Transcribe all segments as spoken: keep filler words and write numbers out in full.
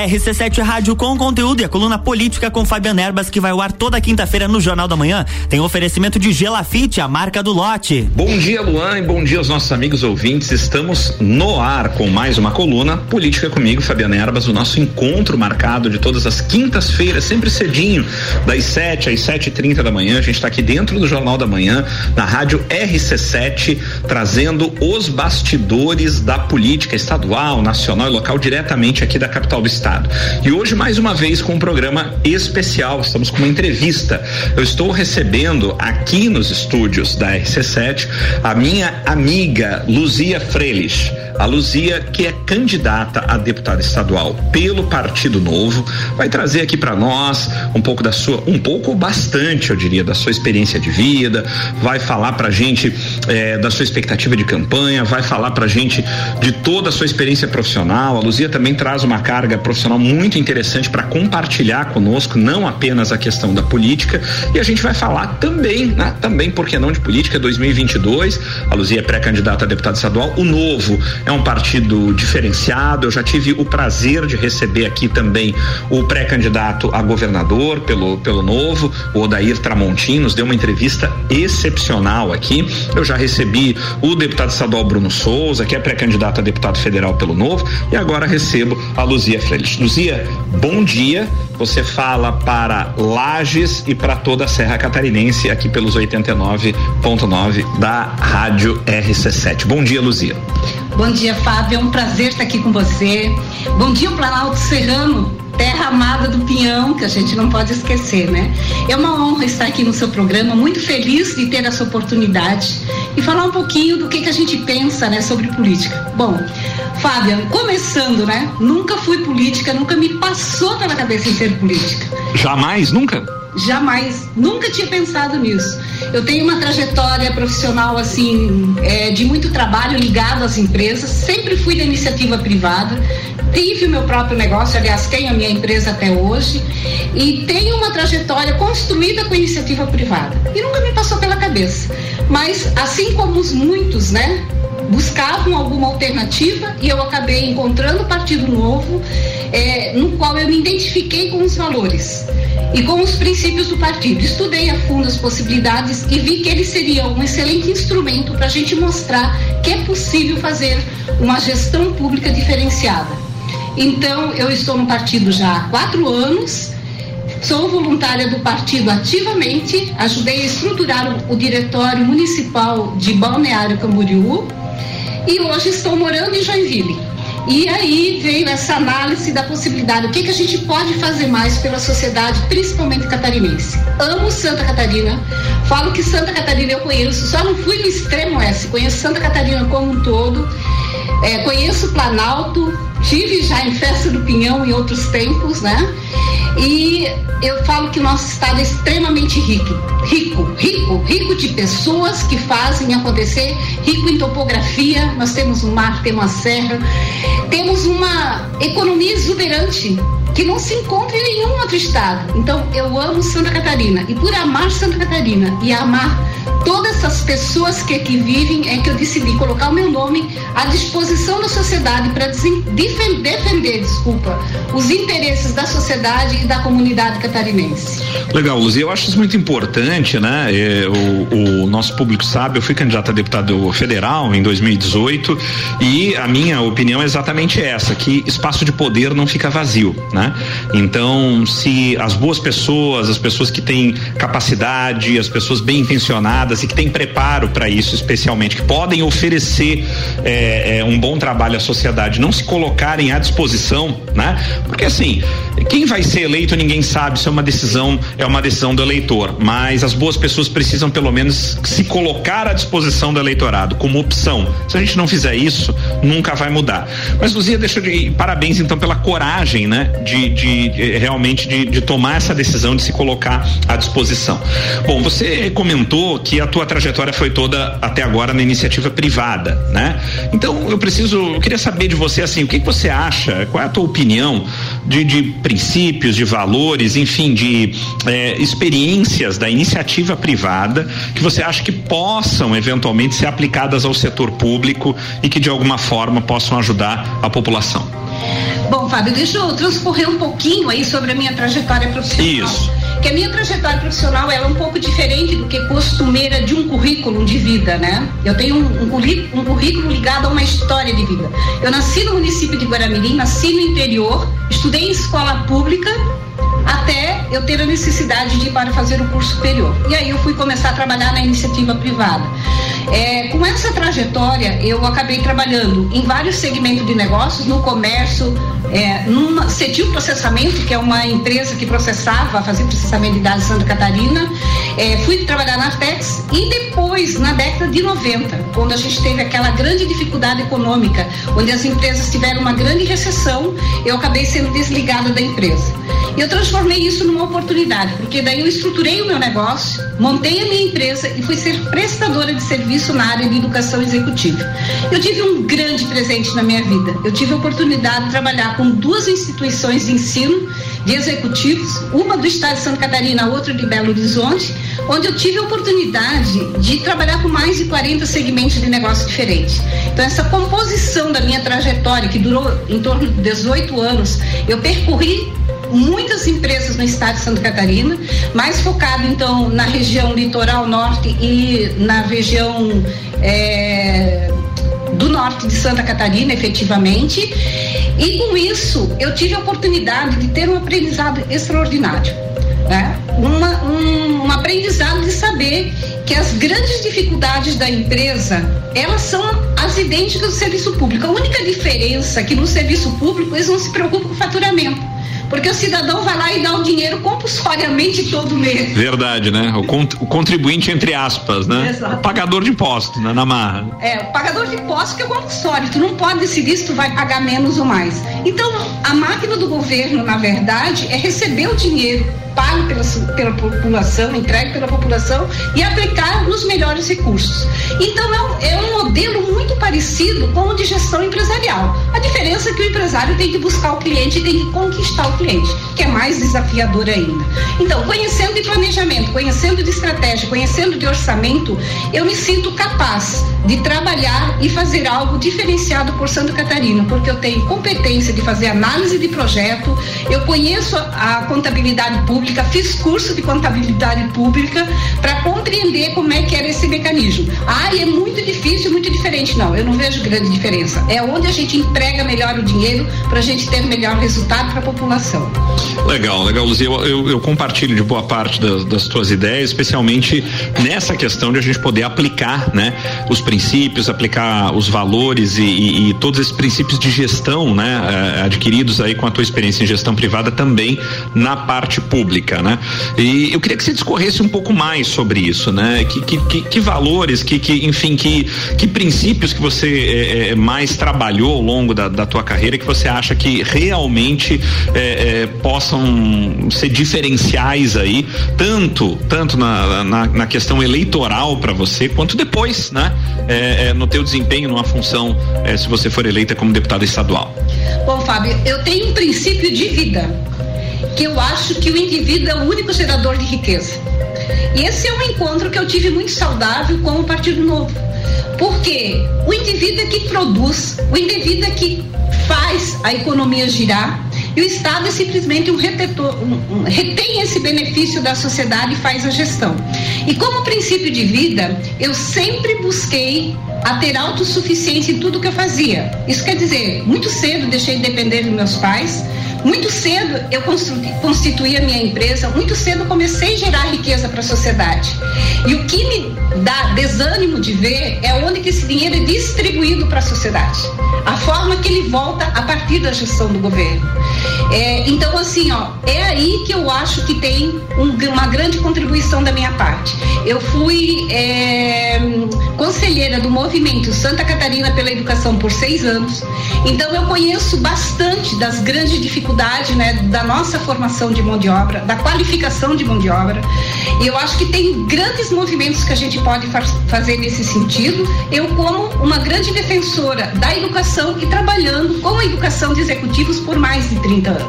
R C sete Rádio com conteúdo e a coluna política com Fabiana Erbas, que vai ao ar toda quinta-feira no Jornal da Manhã. Tem oferecimento de Gelafite, a marca do lote. Bom dia, Luan, e bom dia aos nossos amigos ouvintes. Estamos no ar com mais uma coluna política comigo, Fabiana Erbas, o nosso encontro marcado de todas as quintas-feiras, sempre cedinho, das sete às sete e trinta da manhã. A gente está aqui dentro do Jornal da Manhã, na rádio R C sete, trazendo os bastidores da política estadual, nacional e local, diretamente aqui da capital do estado. E hoje, mais uma vez, com um programa especial, estamos com uma entrevista. Eu estou recebendo aqui nos estúdios da R C sete a minha amiga Luzia Freires. A Luzia, que é candidata a deputada estadual pelo Partido Novo, vai trazer aqui para nós um pouco da sua, um pouco bastante, eu diria, da sua experiência de vida, vai falar pra gente eh, da sua expectativa de campanha, vai falar pra gente de toda a sua experiência profissional. A Luzia também traz uma carga profissional muito interessante para compartilhar conosco, não apenas a questão da política, e a gente vai falar também, né, também, por que não, de política dois mil e vinte e dois. A Luzia é pré-candidata a deputada estadual. O Novo é um partido diferenciado. Eu já tive o prazer de receber aqui também o pré-candidato a governador pelo, pelo Novo, o Odair Tramontim, nos deu uma entrevista excepcional aqui. Eu já recebi o deputado estadual Bruno Souza, que é pré-candidato a deputado federal pelo Novo, e agora recebo a Luzia Freires. Luzia, bom dia. Você fala para Lages e para toda a Serra Catarinense aqui pelos oitenta e nove ponto nove da Rádio R C sete. Bom dia, Luzia. Bom dia, Fábio, é um prazer estar aqui com você. Bom dia, Planalto Serrano, terra amada do Pinhão, que a gente não pode esquecer, né? É uma honra estar aqui no seu programa, muito feliz de ter essa oportunidade e falar um pouquinho do que, que a gente pensa, né, sobre política. Bom, Fábio, começando, né? Nunca fui política, nunca me passou pela cabeça em ser política. Jamais? Nunca? Jamais, nunca tinha pensado nisso. Eu tenho uma trajetória profissional assim, é, de muito trabalho ligado às empresas, sempre fui da iniciativa privada, tive o meu próprio negócio, aliás, tenho a minha empresa até hoje, e tenho uma trajetória construída com iniciativa privada, e nunca me passou pela cabeça. Mas, assim como os muitos, né, buscavam alguma alternativa, e eu acabei encontrando o Partido Novo, é, no qual eu me identifiquei com os valores e com os princípios do partido. Estudei a fundo as possibilidades e vi que ele seria um excelente instrumento para a gente mostrar que é possível fazer uma gestão pública diferenciada. Então, eu estou no partido já há quatro anos, sou voluntária do partido ativamente, ajudei a estruturar o, o diretório municipal de Balneário Camboriú e hoje estou morando em Joinville. E aí veio essa análise da possibilidade, o que, que a gente pode fazer mais pela sociedade, principalmente catarinense. Amo Santa Catarina, falo que Santa Catarina eu conheço, só não fui no extremo oeste, conheço Santa Catarina como um todo, é, conheço Planalto, tive já em Festa do Pinhão em outros tempos, né? E eu falo que o nosso estado é extremamente rico, rico, rico, rico de pessoas que fazem acontecer, rico em topografia, nós temos um mar, temos uma serra, temos uma economia exuberante que não se encontra em nenhum outro estado. Então eu amo Santa Catarina, e por amar Santa Catarina e amar todas essas pessoas que aqui vivem, é que eu decidi colocar o meu nome à disposição da sociedade para defender, defender, desculpa, os interesses da sociedade e da comunidade catarinense. Legal, Luzia, eu acho isso muito importante, né? É, o, o nosso público sabe, eu fui candidato a deputado federal em dois mil e dezoito e a minha opinião é exatamente essa, que espaço de poder não fica vazio, né? Então, se as boas pessoas, as pessoas que têm capacidade, as pessoas bem intencionadas e que têm preparo para isso, especialmente, que podem oferecer é, é, um bom trabalho à sociedade, não se colocarem à disposição, né? Porque assim, quem vai ser eleito ninguém sabe, isso é uma decisão, é uma decisão do eleitor, mas as boas pessoas precisam pelo menos se colocar à disposição do eleitorado como opção. Se a gente não fizer isso, nunca vai mudar. Mas, Luzia, deixa eu de parabéns então pela coragem, né? De, de, de realmente de, de tomar essa decisão de se colocar à disposição. Bom, você comentou que a tua trajetória foi toda até agora na iniciativa privada, né? Então eu preciso, eu queria saber de você assim, o que, que você acha, qual é a tua opinião de, de princípios, de valores, enfim, de eh, experiências da iniciativa privada que você acha que possam eventualmente ser aplicadas ao setor público e que de alguma forma possam ajudar a população? Bom, Fábio, deixa eu transcorrer um pouquinho aí sobre a minha trajetória profissional. Isso. Que a minha trajetória profissional ela é um pouco diferente do que costumeira de um currículo de vida, né? Eu tenho um, um, currículo, um currículo ligado a uma história de vida. Eu nasci no município de Guaramirim, nasci no interior, estudei em escola pública até eu ter a necessidade de ir para fazer o curso superior. E aí eu fui começar a trabalhar na iniciativa privada. É, com essa trajetória, eu acabei trabalhando em vários segmentos de negócios, no comércio, é, numa Cetil Processamento, que é uma empresa que processava, fazia processamento de dados em Santa Catarina. É, fui trabalhar na Artex e depois, na década de noventa, quando a gente teve aquela grande dificuldade econômica, onde as empresas tiveram uma grande recessão, eu acabei sendo desligada da empresa. Eu transformei isso numa oportunidade, porque daí eu estruturei o meu negócio, montei a minha empresa e fui ser prestadora de serviço na área de educação executiva. Eu tive um grande presente na minha vida. Eu tive a oportunidade de trabalhar com duas instituições de ensino de executivos, uma do estado de Santa Catarina, outra de Belo Horizonte, onde eu tive a oportunidade de trabalhar com mais de quarenta segmentos de negócio diferentes. Então, essa composição da minha trajetória, que durou em torno de dezoito anos, eu percorri muitas empresas no estado de Santa Catarina, mais focado então na região litoral norte e na região é, do norte de Santa Catarina, efetivamente. E com isso eu tive a oportunidade de ter um aprendizado extraordinário, né? Uma, um, um aprendizado de saber que as grandes dificuldades da empresa, elas são as idênticas do serviço público. A única diferença é que no serviço público eles não se preocupam com o faturamento, porque o cidadão vai lá e dá o dinheiro compulsoriamente todo mês. Verdade, né? O, cont- o contribuinte, entre aspas, né? Exato. O pagador de impostos, né? Na marra. É, o pagador de impostos que é compulsório, tu não pode decidir se tu vai pagar menos ou mais. Então, a máquina do governo, na verdade, é receber o dinheiro pago pela, pela população, entregue pela população e aplicar nos melhores recursos. Então é um, é um modelo muito parecido com o de gestão empresarial. A diferença é que o empresário tem que buscar o cliente e tem que conquistar o cliente, que é mais desafiador ainda. Então, conhecendo de planejamento, conhecendo de estratégia, conhecendo de orçamento, eu me sinto capaz de trabalhar e fazer algo diferenciado por Santa Catarina, porque eu tenho competência de fazer análise de projeto, eu conheço a, a contabilidade pública, fiz curso de contabilidade pública para compreender como é que era esse mecanismo. Ah, e é muito difícil, muito diferente. Não, eu não vejo grande diferença. É onde a gente emprega melhor o dinheiro para a gente ter melhor resultado para a população. Legal, legal, Luzia. Eu, eu, eu compartilho de boa parte das, das tuas ideias, especialmente nessa questão de a gente poder aplicar, né, os princípios, aplicar os valores e, e, e todos esses princípios de gestão, né, adquiridos aí com a tua experiência em gestão privada também na parte pública. Né? E eu queria que você discorresse um pouco mais sobre isso, né? Que, que, que, que valores, que, que, enfim, que, que princípios que você é, mais trabalhou ao longo da, da tua carreira que você acha que realmente é, é, possam ser diferenciais aí, tanto, tanto na, na, na questão eleitoral para você, quanto depois, né? É, é, no teu desempenho numa função, é, se você for eleita como deputada estadual. Bom, Fábio, eu tenho um princípio de vida, que eu acho que o indivíduo é o único gerador de riqueza. E esse é um encontro que eu tive muito saudável com o Partido Novo. Porque o indivíduo é que produz, o indivíduo é que faz a economia girar, e o Estado é simplesmente um retetor, um, um, retém esse benefício da sociedade e faz a gestão. E como princípio de vida, eu sempre busquei a ter autossuficiência em tudo que eu fazia. Isso quer dizer, muito cedo deixei de depender dos meus pais. Muito cedo eu constituí a minha empresa, muito cedo comecei a gerar riqueza para a sociedade. E o que me dá desânimo de ver é onde que esse dinheiro é distribuído para a sociedade. A forma que ele volta a partir da gestão do governo. É, então, assim, ó, é aí que eu acho que tem um, uma grande contribuição da minha parte. Eu fui é, conselheira do movimento Santa Catarina pela Educação por seis anos. Então, eu conheço bastante das grandes dificuldades, né, da nossa formação de mão de obra, da qualificação de mão de obra. E eu acho que tem grandes movimentos que a gente pode far, fazer nesse sentido. Eu, como uma grande defensora da educação e trabalhando com a educação de executivos por mais de trinta anos.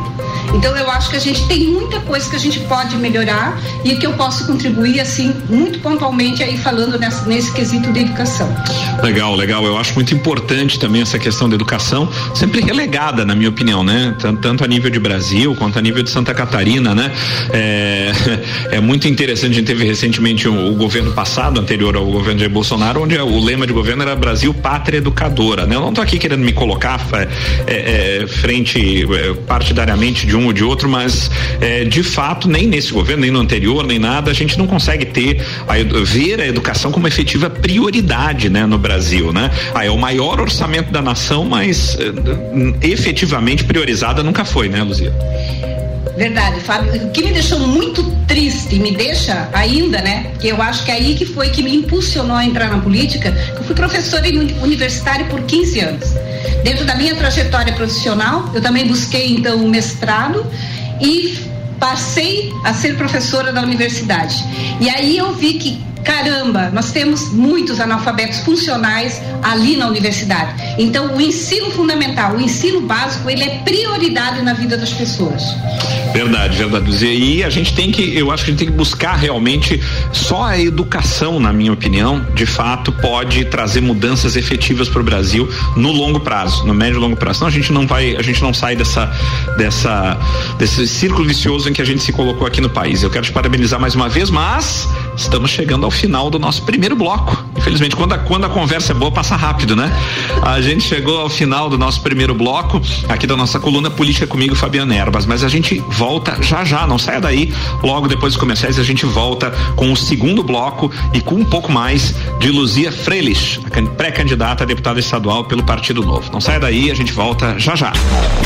Então eu acho que a gente tem muita coisa que a gente pode melhorar e que eu posso contribuir assim muito pontualmente aí falando nessa, nesse quesito de educação. Legal, legal. Eu acho muito importante também essa questão da educação, sempre relegada, na minha opinião, né? Tanto, tanto a nível de Brasil quanto a nível de Santa Catarina, né? É, é muito interessante. A gente teve recentemente o, o governo passado, anterior ao governo de Bolsonaro, onde o lema de governo era Brasil, pátria educadora, né? Eu não estou aqui querendo me colocar é, é, frente é, partidariamente de um ou de outro, mas é, de fato, nem nesse governo, nem no anterior, nem nada, a gente não consegue ter, a, ver a educação como efetiva prioridade, né? No Brasil, né? Ah, é o maior orçamento da nação, mas é, efetivamente priorizada nunca foi, né, Luzia? Verdade, Fábio. O que me deixou muito triste, me deixa ainda, né? Que eu acho que é aí que foi que me impulsionou a entrar na política. Eu fui professora universitária por quinze anos. Dentro da minha trajetória profissional, eu também busquei então o mestrado e passei a ser professora da universidade. E aí eu vi que, caramba, nós temos muitos analfabetos funcionais ali na universidade. Então, o ensino fundamental, o ensino básico, ele é prioridade na vida das pessoas. Verdade, verdade. E a gente tem que, eu acho que a gente tem que buscar realmente, só a educação, na minha opinião, de fato, pode trazer mudanças efetivas para o Brasil no longo prazo, no médio e longo prazo. Senão a gente não vai, a gente não sai dessa, dessa, desse círculo vicioso em que a gente se colocou aqui no país. Eu quero te parabenizar mais uma vez, mas estamos chegando ao final do nosso primeiro bloco. Infelizmente, quando a, quando a conversa é boa, passa rápido, né? A gente chegou ao final do nosso primeiro bloco, aqui da nossa coluna Política comigo, Fabiana Erbas, mas a gente volta já já, não saia daí, logo depois dos comerciais a gente volta com o segundo bloco e com um pouco mais de Luzia Freilich, pré-candidata a deputada estadual pelo Partido Novo. Não saia daí, a gente volta já já.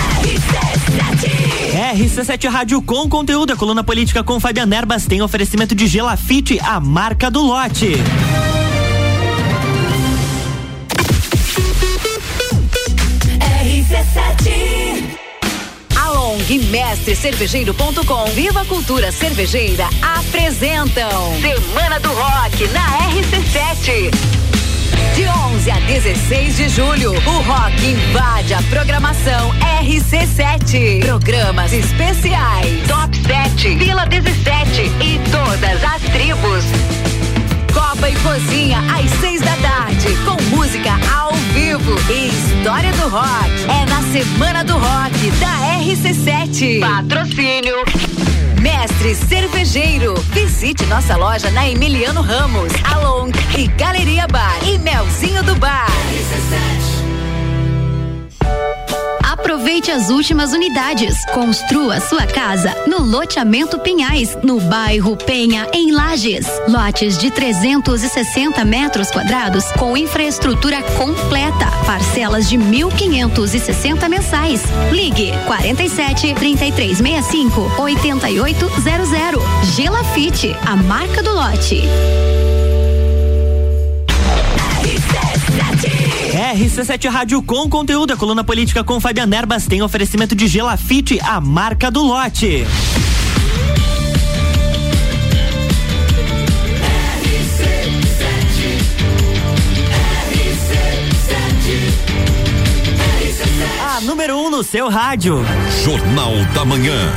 R C sete Rádio com conteúdo, a coluna Política com Fabiana Erbas tem oferecimento de Gelafite, a marca do lote. R C sete Along e mestre cervejeiro ponto com, Viva Cultura Cervejeira apresentam Semana do Rock na R C sete. De onze a dezesseis de julho, o rock invade a programação R C sete. Programas especiais, Top sete, Vila dezessete e todas as tribos. Copa e Cozinha às seis da tarde, com música ao vivo e história do rock. É na Semana do Rock da R C sete. Patrocínio Mestre Cervejeiro. Visite nossa loja na Emiliano Ramos, Along e Galeria Bar e Melzinho do Bar. Aproveite as últimas unidades. Construa sua casa no loteamento Pinhais, no bairro Penha, em Lages. Lotes de trezentos e sessenta metros quadrados com infraestrutura completa. Parcelas de mil quinhentos e sessenta mensais. Ligue quarenta e sete, trinta e três sessenta e cinco, oitenta e oito zero zero. Gelafite, a marca do lote. R C sete Rádio com conteúdo, a coluna Política com Fabiana Erbas tem oferecimento de Gelafite, a marca do lote. A número um no seu rádio. Jornal da Manhã.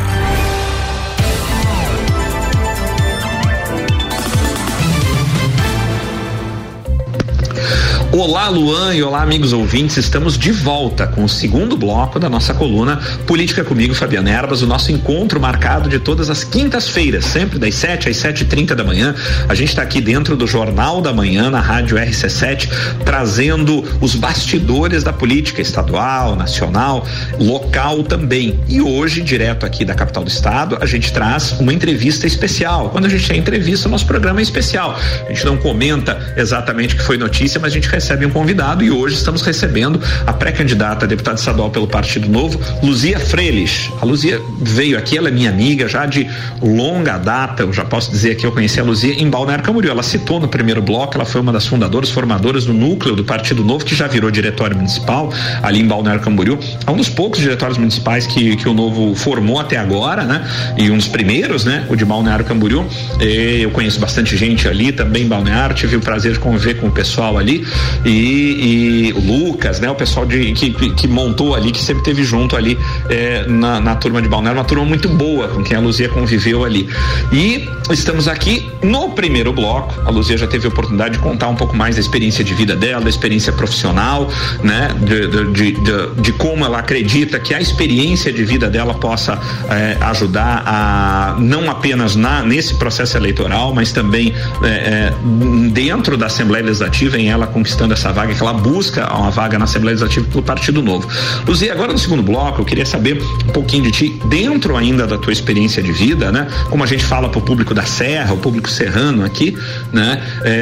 Olá, Luan, e olá, amigos ouvintes. Estamos de volta com o segundo bloco da nossa coluna Política comigo, Fabiana Erbas, o nosso encontro marcado de todas as quintas-feiras, sempre das sete às sete e trinta da manhã. A gente está aqui dentro do Jornal da Manhã, na Rádio R C sete, trazendo os bastidores da política estadual, nacional, local também. E hoje, direto aqui da capital do estado, a gente traz uma entrevista especial. Quando a gente tem entrevista, o nosso programa é especial. A gente não comenta exatamente o que foi notícia, mas a gente recebe recebe um convidado e hoje estamos recebendo a pré-candidata a deputada estadual pelo Partido Novo, Luzia Freilich. A Luzia veio aqui, ela é minha amiga já de longa data, eu já posso dizer que eu conheci a Luzia em Balneário Camboriú. Ela citou no primeiro bloco, ela foi uma das fundadoras, formadoras do núcleo do Partido Novo, que já virou diretório municipal ali em Balneário Camboriú. É um dos poucos diretórios municipais que, que o Novo formou até agora, né? E um dos primeiros, né? O de Balneário Camboriú. E eu conheço bastante gente ali também em Balneário, tive o prazer de conviver com o pessoal ali. E, e o Lucas, né? O pessoal de, que, que montou ali, que sempre teve junto ali é, na, na turma de Balneário, uma turma muito boa com quem a Luzia conviveu ali. E estamos aqui no primeiro bloco. A Luzia já teve a oportunidade de contar um pouco mais da experiência de vida dela, da experiência profissional, né? De, de, de, de, de como ela acredita que a experiência de vida dela possa é, ajudar a não apenas na, nesse processo eleitoral, mas também é, é, dentro da Assembleia Legislativa, em ela conquistando essa vaga, que ela busca uma vaga na Assembleia Legislativa pelo Partido Novo. Luzia, agora no segundo bloco, eu queria saber um pouquinho de ti, dentro ainda da tua experiência de vida, né? Como a gente fala pro público da Serra, o público serrano aqui, né?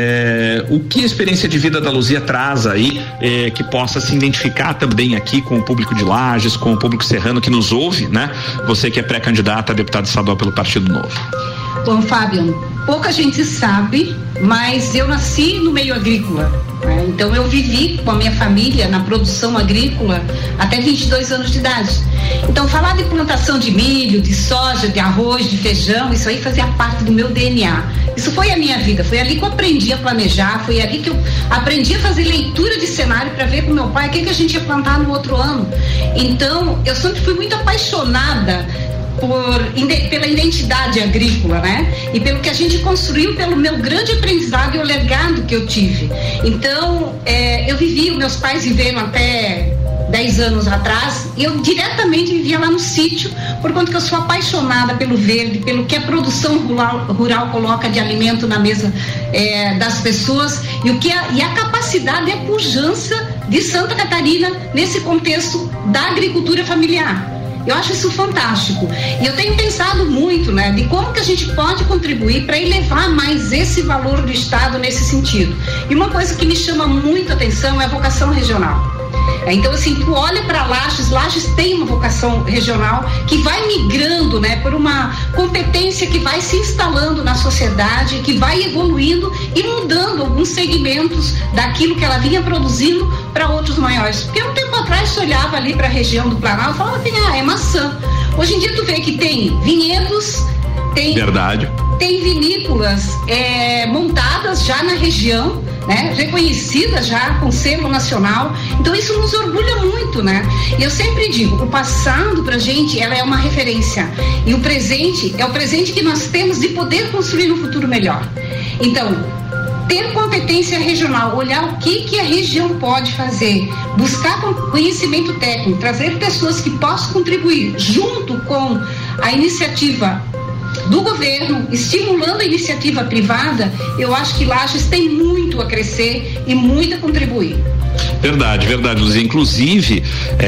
É, o que a experiência de vida da Luzia traz aí, é, que possa se identificar também aqui com o público de Lages, com o público serrano que nos ouve, né? Você que é pré-candidata a deputada estadual pelo Partido Novo. Bom, Fábio, pouca gente sabe, mas eu nasci no meio agrícola, né? Então eu vivi com a minha família na produção agrícola até vinte e dois anos de idade. Então falar de plantação de milho, de soja, de arroz, de feijão, isso aí fazia parte do meu D N A. Isso foi a minha vida, foi ali que eu aprendi a planejar, foi ali que eu aprendi a fazer leitura de cenário para ver com meu pai o que, que a gente ia plantar no outro ano. Então eu sempre fui muito apaixonada Por, pela identidade agrícola, né? E pelo que a gente construiu, pelo meu grande aprendizado e o legado que eu tive. Então, é, eu vivi, meus pais viveram até dez anos atrás, e eu diretamente vivia lá no sítio, por conta que eu sou apaixonada pelo verde, pelo que a produção rural, rural coloca de alimento na mesa é, das pessoas, e, o que a, e a capacidade e a pujança de Santa Catarina nesse contexto da agricultura familiar. Eu acho isso fantástico. E eu tenho pensado muito, né, de como que a gente pode contribuir para elevar mais esse valor do Estado nesse sentido. E uma coisa que me chama muito a atenção é a vocação regional. Então, assim, tu olha para Lages, Lages tem uma vocação regional que vai migrando, né, por uma competência que vai se instalando na sociedade, que vai evoluindo e mudando alguns segmentos daquilo que ela vinha produzindo para outros maiores. Porque um tempo atrás tu olhava ali para a região do Planalto e falava assim, ah, é maçã. Hoje em dia tu vê que tem vinhedos, tem, Verdade. tem vinícolas é, montadas já na região, né, reconhecidas já com selo nacional. Então isso nos orgulha muito, né? E eu sempre digo, o passado pra gente, ela é uma referência, e o presente é o presente que nós temos de poder construir um futuro melhor. Então, ter competência regional, olhar o que que a região pode fazer, buscar conhecimento técnico, trazer pessoas que possam contribuir junto com a iniciativa do governo, estimulando a iniciativa privada, eu acho que Lages tem muito a crescer e muito a contribuir. Verdade, verdade, Luzia. Inclusive,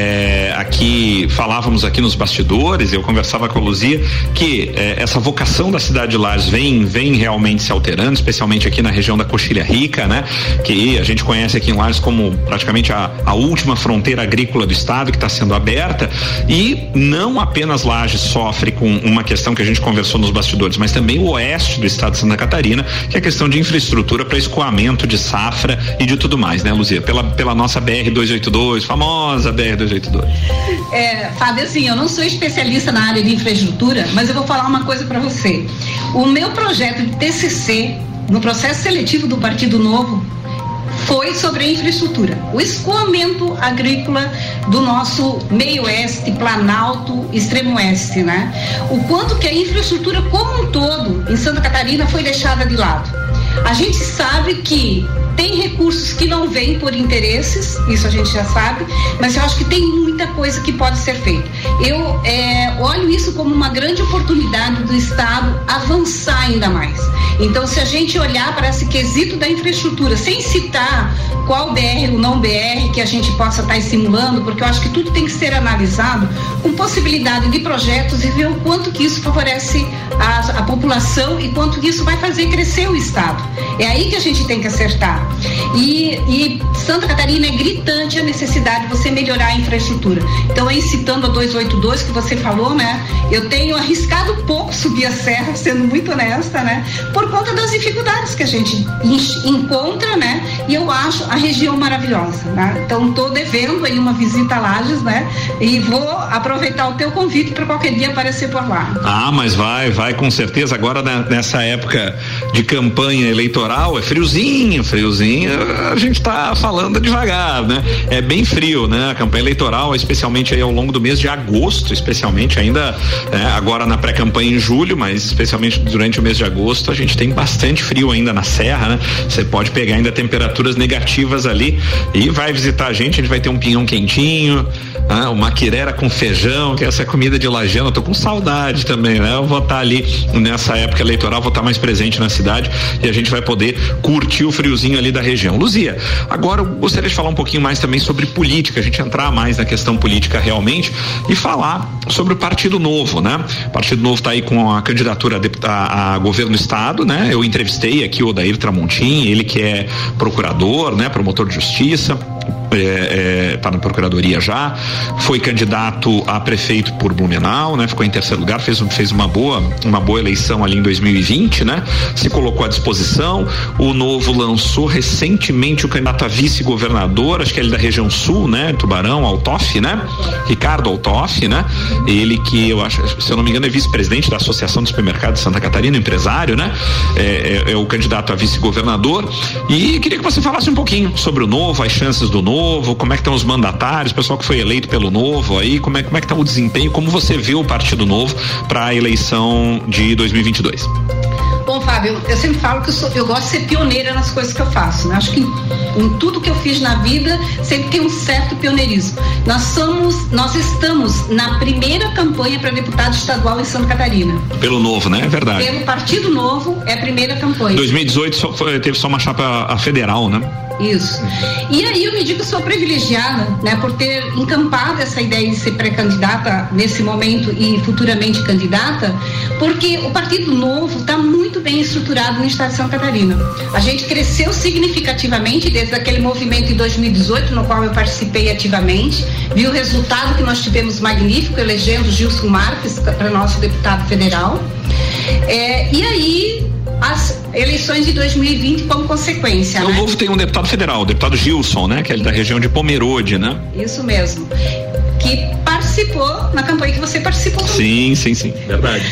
é, aqui falávamos aqui nos bastidores, eu conversava com a Luzia, que é, essa vocação da cidade de Lages vem, vem realmente se alterando, especialmente aqui na região da Coxilha Rica, né? Que a gente conhece aqui em Lages como praticamente a, a última fronteira agrícola do estado que está sendo aberta, e não apenas Lages sofre com uma questão que a gente conversou nos bastidores, mas também o oeste do estado de Santa Catarina, que é a questão de infraestrutura para escoamento de safra e de tudo mais, né, Luzia? Pela, pela nossa B R duzentos e oitenta e dois, famosa B R duzentos e oitenta e dois. É, Fábio, assim, eu não sou especialista na área de infraestrutura, mas eu vou falar uma coisa para você. O meu projeto de T C C, no processo seletivo do Partido Novo, foi sobre a infraestrutura, o escoamento agrícola do nosso meio oeste, Planalto, extremo oeste, né? O quanto que a infraestrutura como um todo em Santa Catarina foi deixada de lado. A gente sabe que tem recursos que não vêm por interesses, isso a gente já sabe, mas eu acho que tem muita coisa que pode ser feita. Eu é, olho isso como uma grande oportunidade do Estado avançar ainda mais. Então, se a gente olhar para esse quesito da infraestrutura, sem citar qual B R ou não B R que a gente possa estar estimulando, porque eu acho que tudo tem que ser analisado com possibilidade de projetos e ver o quanto que isso favorece a, a população e quanto que isso vai fazer crescer o Estado. É aí que a gente tem que acertar. E, e Santa Catarina é gritante a necessidade de você melhorar a infraestrutura. Então, aí citando a duzentos e oitenta e dois que você falou, né? Eu tenho arriscado pouco subir a serra, sendo muito honesta, né? Por conta das dificuldades que a gente encontra, né? E eu acho a região maravilhosa, né? Então, estou devendo aí uma visita a Lages, né? E vou aproveitar o teu convite para qualquer dia aparecer por lá. Ah, mas vai, vai com certeza. Agora, nessa época de campanha eleitoral, é friozinho, friozinho, a gente tá falando devagar, né? É bem frio, né? A campanha eleitoral, especialmente aí ao longo do mês de agosto, especialmente ainda, né, agora na pré-campanha em julho, mas especialmente durante o mês de agosto, a gente tem bastante frio ainda na serra, né? Você pode pegar ainda temperaturas negativas ali e vai visitar a gente, a gente vai ter um pinhão quentinho, né? Uma quirera com feijão, que essa é comida de lagiano, eu tô com saudade também, né? Eu vou estar ali nessa época eleitoral, vou estar mais presente na cidade e a gente vai poder curtir o friozinho ali da região. Luzia, agora eu gostaria de falar um pouquinho mais também sobre política, a gente entrar mais na questão política realmente e falar sobre o Partido Novo, né? O Partido Novo está aí com a candidatura a, deputa, a governo do estado, né? Eu entrevistei aqui o Odair Tramontim, ele que é procurador, né? Promotor de justiça, é, é, tá na procuradoria já, foi candidato a prefeito por Blumenau, né? Ficou em terceiro lugar, fez, fez uma boa, uma boa eleição ali em dois mil e vinte, né? Se colocou à disposição. O Novo lançou recentemente o candidato a vice-governador, acho que é ele da região sul, né? Tubarão, Altoff, né? Ricardo Altoff, né? Ele que eu acho, se eu não me engano, é vice-presidente da Associação de Supermercados de Santa Catarina, empresário, né? É, é, é o candidato a vice-governador. E queria que você falasse um pouquinho sobre o Novo, as chances do Novo, como é que estão os mandatários, o pessoal que foi eleito pelo Novo aí, como é, como é que está o desempenho, como você vê o Partido Novo para a eleição de dois mil e vinte e dois? Bom, Fábio, eu sempre falo que eu, sou, eu gosto de ser pioneira nas coisas que eu faço, né? Acho que em, em tudo que eu fiz na vida sempre tem um certo pioneirismo. Nós somos, nós estamos na primeira campanha para deputado estadual em Santa Catarina. Pelo Novo, né? É verdade. Pelo Partido Novo é a primeira campanha. dois mil e dezoito só foi, teve só uma chapa a federal, né? Isso. E aí eu me digo que sou privilegiada, né, por ter encampado essa ideia de ser pré-candidata nesse momento e futuramente candidata, porque o Partido Novo está muito bem estruturado no estado de Santa Catarina. A gente cresceu significativamente desde aquele movimento em dois mil e dezoito, no qual eu participei ativamente, vi o resultado que nós tivemos magnífico, elegendo Gilson Marques para nosso deputado federal. É, e aí as eleições de dois mil e vinte como consequência. O né? Novo tem um deputado federal, o deputado Gilson, né? Que é da região de Pomerode, né? Isso mesmo. Que participou na campanha que você participou também. Sim, sim, sim, verdade.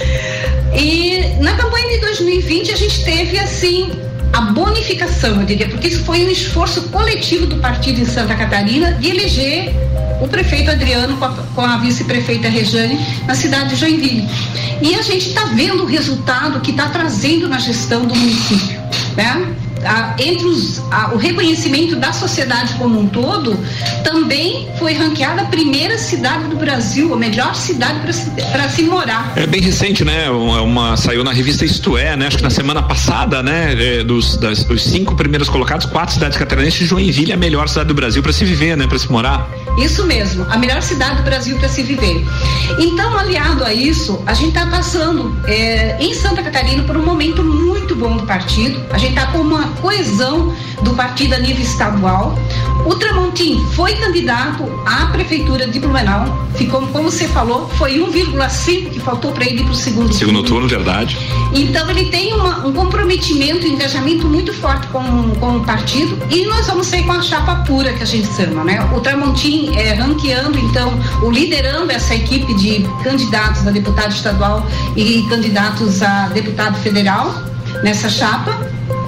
E na campanha de dois mil e vinte a gente teve assim a bonificação, eu diria, porque isso foi um esforço coletivo do partido em Santa Catarina de eleger o prefeito Adriano com a, com a vice-prefeita Rejane na cidade de Joinville. E a gente está vendo o resultado que está trazendo na gestão do município, né? A, entre os, a, o reconhecimento da sociedade como um todo, também foi ranqueada a primeira cidade do Brasil, a melhor cidade para se morar. É bem recente, né? Uma, uma, saiu na revista Isto É, né? Acho que na semana passada, né? É, dos, das, dos cinco primeiros colocados, quatro cidades catarinenses, Joinville é a melhor cidade do Brasil para se viver, né? Para se morar. Isso mesmo, a melhor cidade do Brasil para se viver. Então, aliado a isso, a gente está passando é, em Santa Catarina por um momento muito bom do partido. A gente está com uma coesão do partido a nível estadual. O Tramontim foi candidato à prefeitura de Blumenau, ficou, como você falou, foi um vírgula cinco que faltou para ele ir para o segundo, segundo turno. turno, verdade. Então ele tem uma, um comprometimento, um engajamento muito forte com, com o partido, e nós vamos sair com a chapa pura, que a gente chama, né? O Tramontim é, ranqueando, então, o liderando essa equipe de candidatos a deputado estadual e candidatos a deputado federal nessa chapa.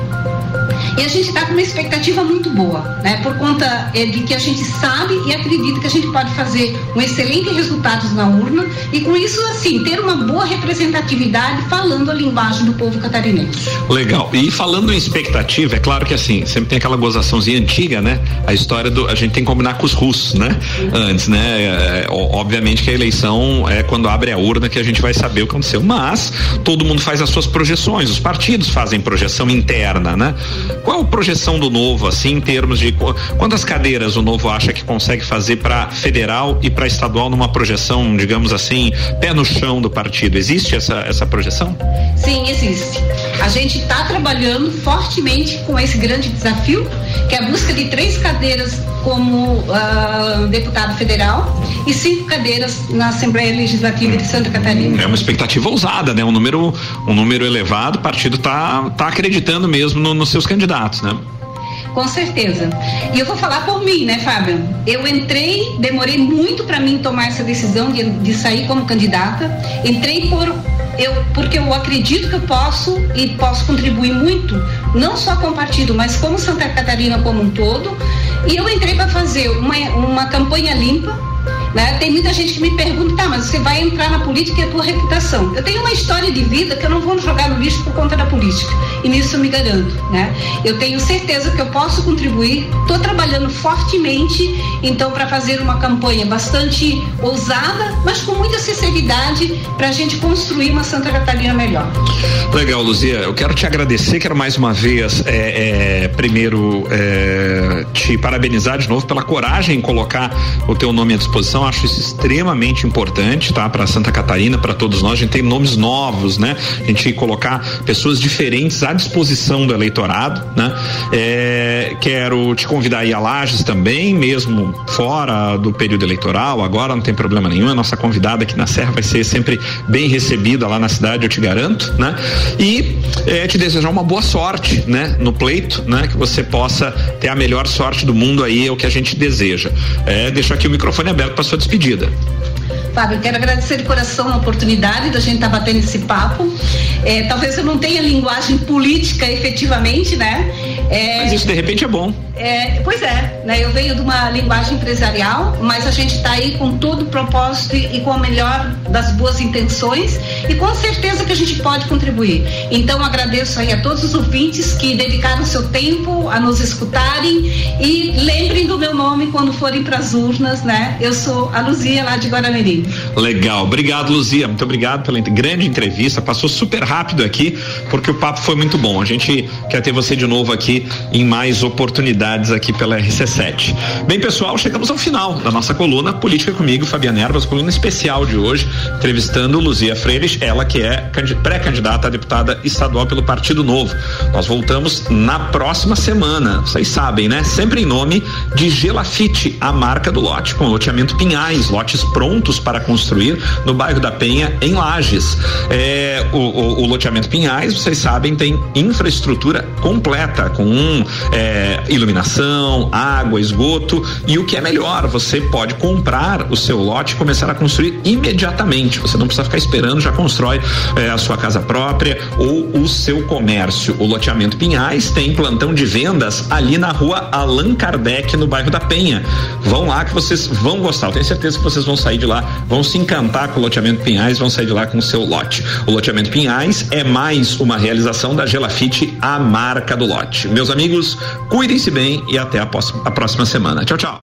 E a gente está com uma expectativa muito boa, né? Por conta é, de que a gente sabe e acredita que a gente pode fazer um excelente resultado na urna e com isso, assim, ter uma boa representatividade falando a linguagem do povo catarinense. Legal. E falando em expectativa, é claro que assim, sempre tem aquela gozaçãozinha antiga, né? A história do, a gente tem que combinar com os russos, né? Uhum. Antes, né? É, obviamente que a eleição é quando abre a urna que a gente vai saber o que aconteceu, mas todo mundo faz as suas projeções, os partidos fazem projeção interna, né? Qual a projeção do Novo, assim, em termos de quantas cadeiras o Novo acha que consegue fazer para federal e para estadual numa projeção, digamos assim, pé no chão do partido? Existe essa, essa projeção? Sim, existe. A gente está trabalhando fortemente com esse grande desafio, que é a busca de três cadeiras como uh, deputado federal e cinco cadeiras na Assembleia Legislativa de Santa Catarina. É uma expectativa ousada, né? Um número, um número elevado, o partido tá, tá acreditando mesmo no, nos seus candidatos, né? Com certeza. E eu vou falar por mim, né, Fábio? Eu entrei, demorei muito para mim tomar essa decisão de, de sair como candidata. Entrei por eu, porque eu acredito que eu posso e posso contribuir muito, não só com o partido, mas como Santa Catarina como um todo. E eu entrei para fazer uma, uma campanha limpa. Né? Tem muita gente que me pergunta, tá, mas você vai entrar na política e a tua reputação. Eu tenho uma história de vida que eu não vou jogar no lixo por conta da política, e nisso eu me garanto, né? Eu tenho certeza que eu posso contribuir, estou trabalhando fortemente, então, para fazer uma campanha bastante ousada, mas com muita sinceridade, para a gente construir uma Santa Catarina melhor. Legal, Luzia, eu quero te agradecer, quero mais uma vez, é, é, primeiro, é, te parabenizar de novo pela coragem em colocar o teu nome à disposição. Acho isso extremamente importante, tá? Para Santa Catarina, para todos nós. A gente tem nomes novos, né? A gente colocar pessoas diferentes à disposição do eleitorado, né? É, quero te convidar aí a Lages também, mesmo fora do período eleitoral, agora não tem problema nenhum. A nossa convidada aqui na Serra vai ser sempre bem recebida lá na cidade, eu te garanto, né? E é, te desejar uma boa sorte, né? No pleito, né? Que você possa ter a melhor sorte do mundo aí, é o que a gente deseja. É, deixo aqui o microfone aberto para sua despedida. Fábio, eu quero agradecer de coração a oportunidade da gente estar tá batendo esse papo. É, talvez eu não tenha linguagem política efetivamente, né? É, mas isso de repente é bom. É, pois é, né? Eu venho de uma linguagem empresarial, mas a gente está aí com todo o propósito e, e com a melhor das boas intenções e com certeza que a gente pode contribuir. Então agradeço aí a todos os ouvintes que dedicaram seu tempo a nos escutarem e lembrem do meu nome quando forem para as urnas, né? Eu sou a Luzia lá de Guaramirim. Legal, obrigado, Luzia, muito obrigado pela grande entrevista, passou super rápido aqui porque o papo foi muito bom. A gente quer ter você de novo aqui em mais oportunidades aqui pela R C sete. Bem, pessoal, chegamos ao final da nossa coluna Política Comigo, Fabiana Erbas, coluna especial de hoje, entrevistando Luzia Freires, ela que é pré-candidata a deputada estadual pelo Partido Novo. Nós voltamos na próxima semana, vocês sabem, né? Sempre em nome de Gelafite, a marca do lote, com loteamento Pinhais, lotes prontos para construir no bairro da Penha, em Lages. É, o, o, o loteamento Pinhais, vocês sabem, tem infraestrutura completa, com um, é, iluminação, água, esgoto, e o que é melhor, você pode comprar o seu lote e começar a construir imediatamente. Você não precisa ficar esperando, já constrói é, a sua casa própria ou o seu comércio. O loteamento Pinhais tem plantão de vendas ali na rua Allan Kardec, no bairro da Penha. Vão lá que vocês vão gostar. Eu tenho certeza que vocês vão sair de lá, vão se encantar com o loteamento Pinhais, vão sair de lá com o seu lote. O loteamento Pinhais é mais uma realização da Gelafite, a marca do lote. Meus amigos, cuidem-se bem e até a próxima, a próxima semana. Tchau, tchau.